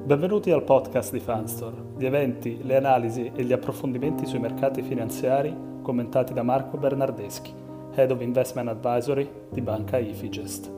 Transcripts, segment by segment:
Benvenuti al podcast di Fanstore, gli eventi, le analisi e gli approfondimenti sui mercati finanziari commentati da Marco Bernardeschi, Head of Investment Advisory di Banca Ifigest.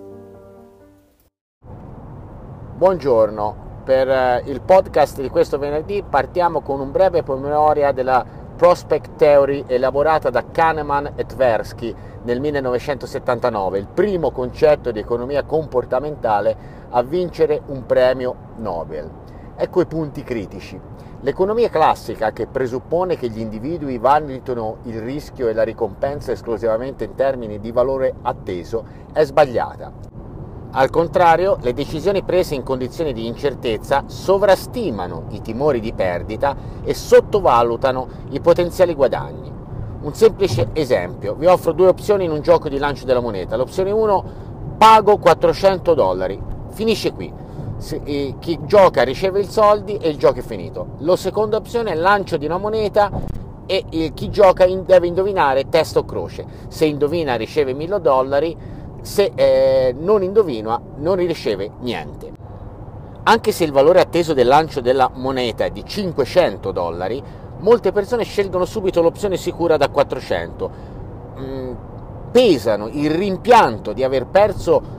Buongiorno, per il podcast di questo venerdì partiamo con un breve promemoria della Prospect Theory elaborata da Kahneman e Tversky nel 1979, il primo concetto di economia comportamentale a vincere un premio Nobel. Ecco i punti critici. L'economia classica, che presuppone che gli individui valutino il rischio e la ricompensa esclusivamente in termini di valore atteso, è sbagliata. Al contrario, le decisioni prese in condizioni di incertezza sovrastimano i timori di perdita e sottovalutano i potenziali guadagni. Un semplice esempio: vi offro due opzioni in un gioco di lancio della moneta. L'opzione 1: pago $400, finisce qui. Chi gioca riceve i soldi e il gioco è finito. La seconda opzione è lancio di una moneta e chi gioca deve indovinare testa o croce. Se indovina riceve $1000, se non indovina non riceve niente. Anche se il valore atteso del lancio della moneta è di $500, molte persone scelgono subito l'opzione sicura da 400. Pesano il rimpianto di aver perso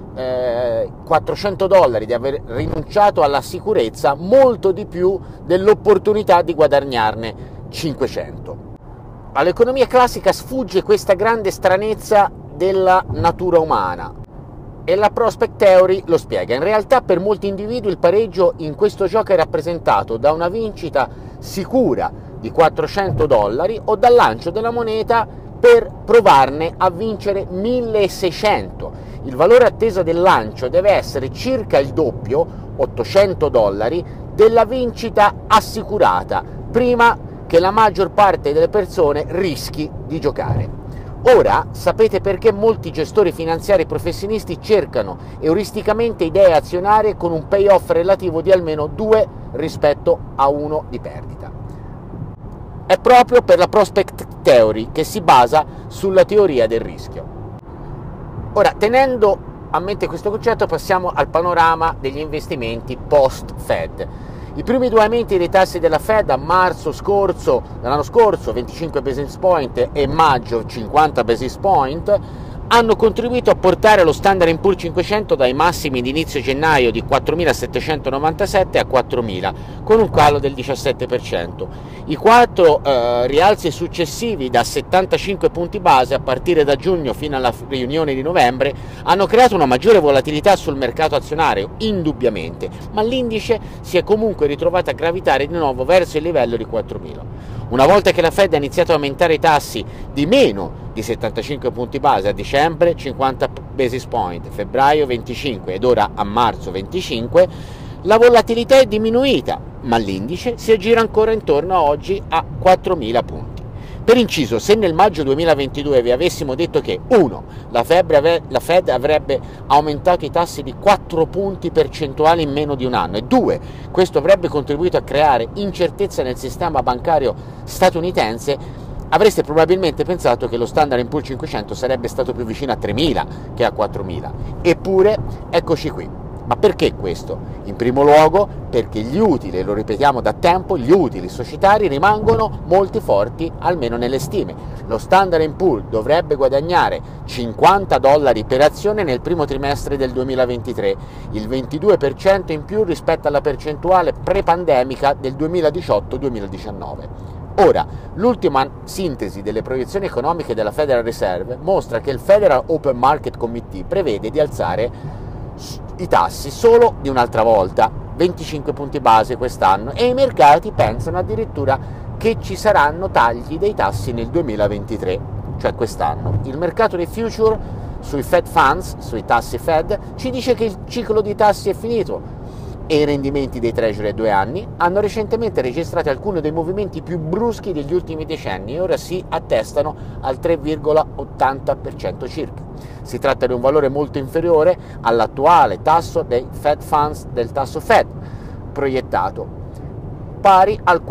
$400, di aver rinunciato alla sicurezza, molto di più dell'opportunità di guadagnarne 500. All'economia classica sfugge questa grande stranezza della natura umana e la Prospect Theory lo spiega. In realtà per molti individui il pareggio in questo gioco è rappresentato da una vincita sicura di $400 o dal lancio della moneta per provarne a vincere 1600. Il valore atteso del lancio deve essere circa il doppio, $800, della vincita assicurata, prima che la maggior parte delle persone rischi di giocare. Ora sapete perché molti gestori finanziari professionisti cercano euristicamente idee azionarie con un payoff relativo di almeno 2 rispetto a 1 di perdita. È proprio per la Prospect Theory, che si basa sulla teoria del rischio. Ora, tenendo a mente questo concetto, passiamo al panorama degli investimenti post-Fed. I primi due aumenti dei tassi della Fed a marzo dell'anno scorso, 25 basis point, e maggio 50 basis point, hanno contribuito a portare lo Standard & Poor's 500 dai massimi di inizio gennaio di 4.797 a 4.000, con un calo del 17%. I 4 rialzi successivi da 75 punti base a partire da giugno fino alla riunione di novembre hanno creato una maggiore volatilità sul mercato azionario, indubbiamente, ma l'indice si è comunque ritrovato a gravitare di nuovo verso il livello di 4.000. Una volta che la Fed ha iniziato a aumentare i tassi di meno di 75 punti base a dicembre, 50 basis point, febbraio 25 ed ora a marzo 25, la volatilità è diminuita, ma l'indice si aggira ancora intorno a oggi a 4.000 punti. Per inciso, se nel maggio 2022 vi avessimo detto che 1. La Fed avrebbe aumentato i tassi di 4 punti percentuali in meno di un anno e 2. Questo avrebbe contribuito a creare incertezza nel sistema bancario statunitense, avreste probabilmente pensato che lo Standard & Poor's 500 sarebbe stato più vicino a 3.000 che a 4.000. Eppure, eccoci qui. Ma perché questo? In primo luogo perché gli utili, lo ripetiamo da tempo, gli utili societari rimangono molto forti, almeno nelle stime. Lo Standard & Poor's dovrebbe guadagnare $50 per azione nel primo trimestre del 2023, il 22% in più rispetto alla percentuale pre-pandemica del 2018-2019. Ora, l'ultima sintesi delle proiezioni economiche della Federal Reserve mostra che il Federal Open Market Committee prevede di alzare i tassi solo di un'altra volta, 25 punti base quest'anno, e i mercati pensano addirittura che ci saranno tagli dei tassi nel 2023, cioè quest'anno. Il mercato dei future sui Fed Funds, sui tassi Fed, ci dice che il ciclo di tassi è finito e i rendimenti dei treasury a 2 anni hanno recentemente registrato alcuni dei movimenti più bruschi degli ultimi decenni e ora si attestano al 3,80% circa. Si tratta di un valore molto inferiore all'attuale tasso dei Fed Funds del tasso Fed proiettato, pari al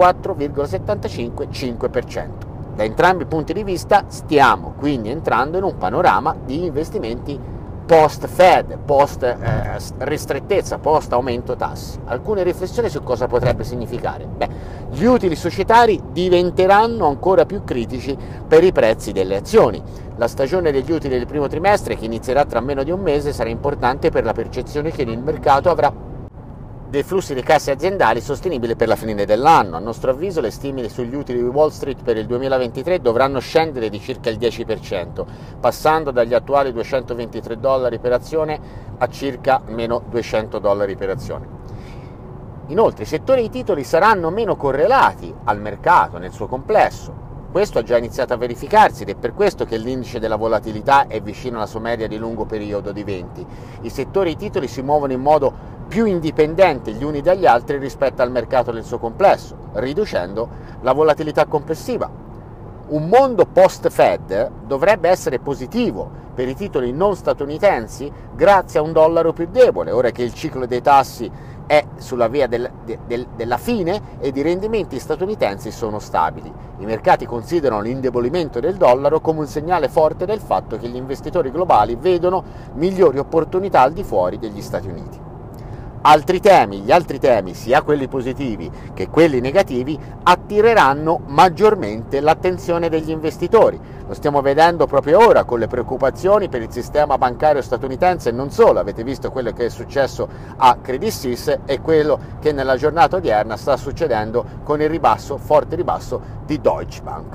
4,75%. Da entrambi i punti di vista stiamo quindi entrando in un panorama di investimenti post-Fed, post-ristrettezza, post-aumento tassi. Alcune riflessioni su cosa potrebbe significare. Gli utili societari diventeranno ancora più critici per i prezzi delle azioni. La stagione degli utili del primo trimestre, che inizierà tra meno di un mese, sarà importante per la percezione che il mercato avrà dei flussi di casse aziendali sostenibili per la fine dell'anno. A nostro avviso le stime sugli utili di Wall Street per il 2023 dovranno scendere di circa il 10%, passando dagli attuali $223 per azione a circa meno $200 per azione. Inoltre i settori dei titoli saranno meno correlati al mercato nel suo complesso. Questo ha già iniziato a verificarsi ed è per questo che l'indice della volatilità è vicino alla sua media di lungo periodo di 20. I settori dei titoli si muovono in modo più indipendente gli uni dagli altri rispetto al mercato nel suo complesso, riducendo la volatilità complessiva. Un mondo post-Fed dovrebbe essere positivo per i titoli non statunitensi grazie a un dollaro più debole, ora che il ciclo dei tassi è sulla via della fine ed i rendimenti statunitensi sono stabili. I mercati considerano l'indebolimento del dollaro come un segnale forte del fatto che gli investitori globali vedono migliori opportunità al di fuori degli Stati Uniti. Gli altri temi, sia quelli positivi che quelli negativi, attireranno maggiormente l'attenzione degli investitori. Lo stiamo vedendo proprio ora con le preoccupazioni per il sistema bancario statunitense e non solo. Avete visto quello che è successo a Credit Suisse e quello che nella giornata odierna sta succedendo con il forte ribasso di Deutsche Bank.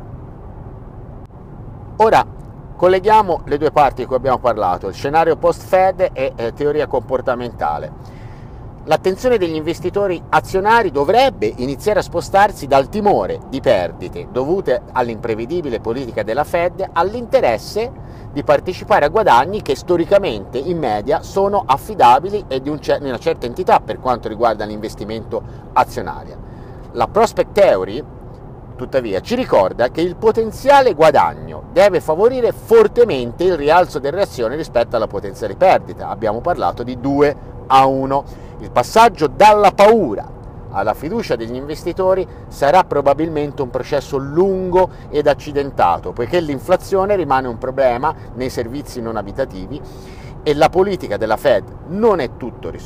Ora colleghiamo le due parti di cui abbiamo parlato, il scenario post-Fed e teoria comportamentale. L'attenzione degli investitori azionari dovrebbe iniziare a spostarsi dal timore di perdite dovute all'imprevedibile politica della Fed all'interesse di partecipare a guadagni che storicamente in media sono affidabili e di una certa entità per quanto riguarda l'investimento azionario. La Prospect Theory, tuttavia, ci ricorda che il potenziale guadagno deve favorire fortemente il rialzo delle azioni rispetto alla potenziale perdita. Abbiamo parlato di 2-1. Il passaggio dalla paura alla fiducia degli investitori sarà probabilmente un processo lungo ed accidentato, poiché l'inflazione rimane un problema nei servizi non abitativi e la politica della Fed non è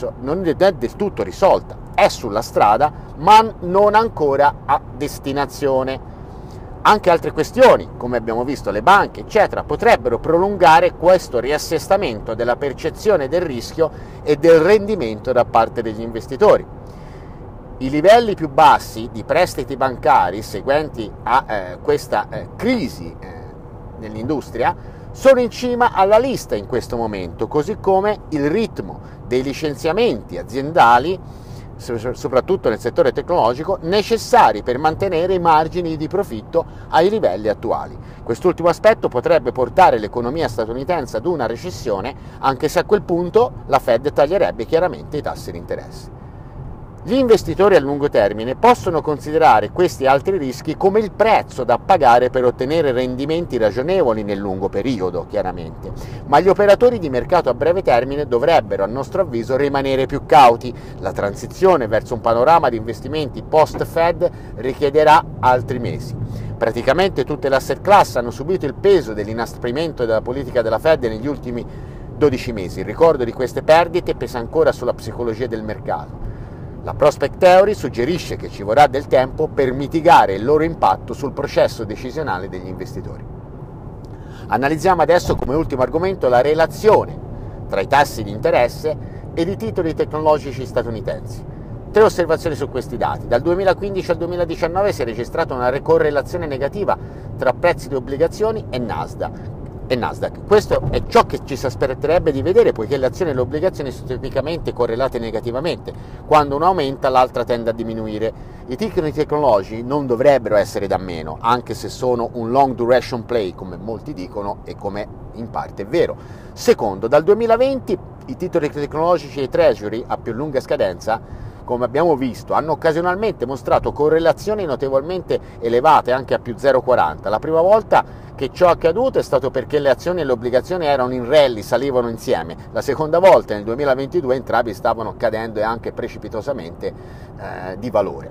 del tutto risolta, è sulla strada ma non ancora a destinazione. Anche altre questioni, come abbiamo visto le banche, eccetera, potrebbero prolungare questo riassestamento della percezione del rischio e del rendimento da parte degli investitori. I livelli più bassi di prestiti bancari seguenti a questa crisi nell'industria sono in cima alla lista in questo momento, così come il ritmo dei licenziamenti aziendali soprattutto nel settore tecnologico, necessari per mantenere i margini di profitto ai livelli attuali. Quest'ultimo aspetto potrebbe portare l'economia statunitense ad una recessione, anche se a quel punto la Fed taglierebbe chiaramente i tassi di interesse. Gli investitori a lungo termine possono considerare questi altri rischi come il prezzo da pagare per ottenere rendimenti ragionevoli nel lungo periodo, chiaramente, ma gli operatori di mercato a breve termine dovrebbero, a nostro avviso, rimanere più cauti. La transizione verso un panorama di investimenti post-Fed richiederà altri mesi. Praticamente tutte le asset class hanno subito il peso dell'inasprimento della politica della Fed negli ultimi 12 mesi. Il ricordo di queste perdite pesa ancora sulla psicologia del mercato. La Prospect Theory suggerisce che ci vorrà del tempo per mitigare il loro impatto sul processo decisionale degli investitori. Analizziamo adesso come ultimo argomento la relazione tra i tassi di interesse e i titoli tecnologici statunitensi. 3 osservazioni su questi dati. Dal 2015 al 2019 si è registrata una correlazione negativa tra prezzi di obbligazioni e Nasdaq. Questo è ciò che ci si aspetterebbe di vedere, poiché le azioni e le obbligazioni sono tipicamente correlate negativamente. Quando una aumenta, l'altra tende a diminuire. I titoli tecnologici non dovrebbero essere da meno, anche se sono un long duration play, come molti dicono e come in parte è vero. Secondo, dal 2020 i titoli tecnologici e i treasury a più lunga scadenza, come abbiamo visto, hanno occasionalmente mostrato correlazioni notevolmente elevate, anche a più 0,40. La prima volta che ciò è accaduto è stato perché le azioni e le obbligazioni erano in rally, salivano insieme. La seconda volta, nel 2022, entrambi stavano cadendo e anche precipitosamente di valore.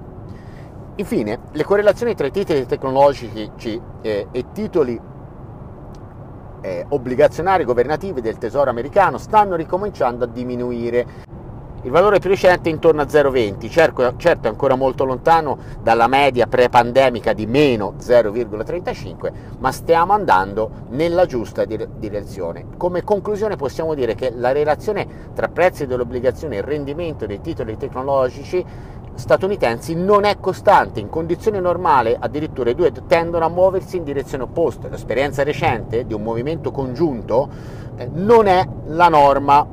Infine, le correlazioni tra i titoli tecnologici e titoli obbligazionari governativi del Tesoro americano stanno ricominciando a diminuire. Il valore più recente è intorno a 0,20, certo è ancora molto lontano dalla media pre-pandemica di meno 0,35, ma stiamo andando nella giusta direzione. Come conclusione possiamo dire che la relazione tra prezzi delle obbligazioni e rendimento dei titoli tecnologici statunitensi non è costante. In condizioni normali addirittura i due tendono a muoversi in direzione opposta. L'esperienza recente di un movimento congiunto non è la norma,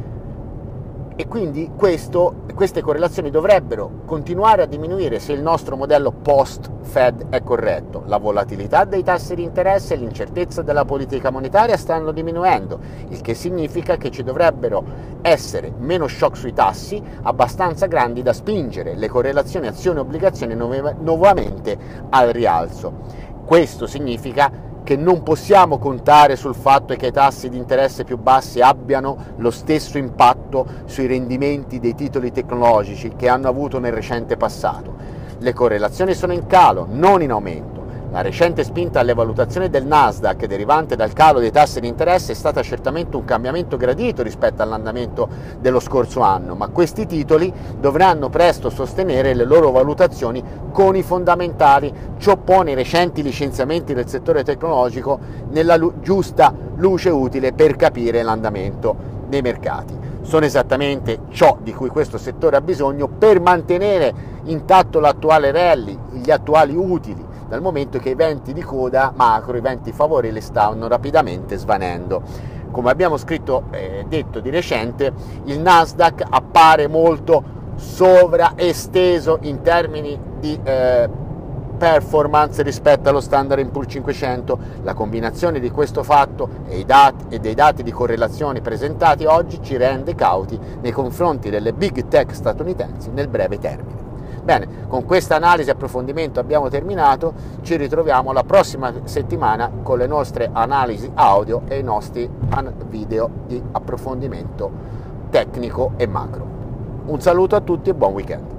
e quindi queste correlazioni dovrebbero continuare a diminuire se il nostro modello post-Fed è corretto. La volatilità dei tassi di interesse e l'incertezza della politica monetaria stanno diminuendo, il che significa che ci dovrebbero essere meno shock sui tassi abbastanza grandi da spingere le correlazioni azione-obbligazione nuovamente al rialzo. Questo significa che non possiamo contare sul fatto che i tassi di interesse più bassi abbiano lo stesso impatto sui rendimenti dei titoli tecnologici che hanno avuto nel recente passato. Le correlazioni sono in calo, non in aumento. La recente spinta alle valutazioni del Nasdaq derivante dal calo dei tassi di interesse è stata certamente un cambiamento gradito rispetto all'andamento dello scorso anno, ma questi titoli dovranno presto sostenere le loro valutazioni con i fondamentali. Ciò pone i recenti licenziamenti del settore tecnologico nella giusta luce utile per capire l'andamento dei mercati. Sono esattamente ciò di cui questo settore ha bisogno per mantenere intatto l'attuale rally, gli attuali utili, dal momento che i venti di coda macro, i venti favorevoli stanno rapidamente svanendo. Come abbiamo detto di recente, il Nasdaq appare molto sovraesteso in termini di performance rispetto allo Standard & Poor's 500. La combinazione di questo fatto e dei dati di correlazione presentati oggi ci rende cauti nei confronti delle big tech statunitensi nel breve termine. Bene, con questa analisi e approfondimento abbiamo terminato, ci ritroviamo la prossima settimana con le nostre analisi audio e i nostri video di approfondimento tecnico e macro. Un saluto a tutti e buon weekend.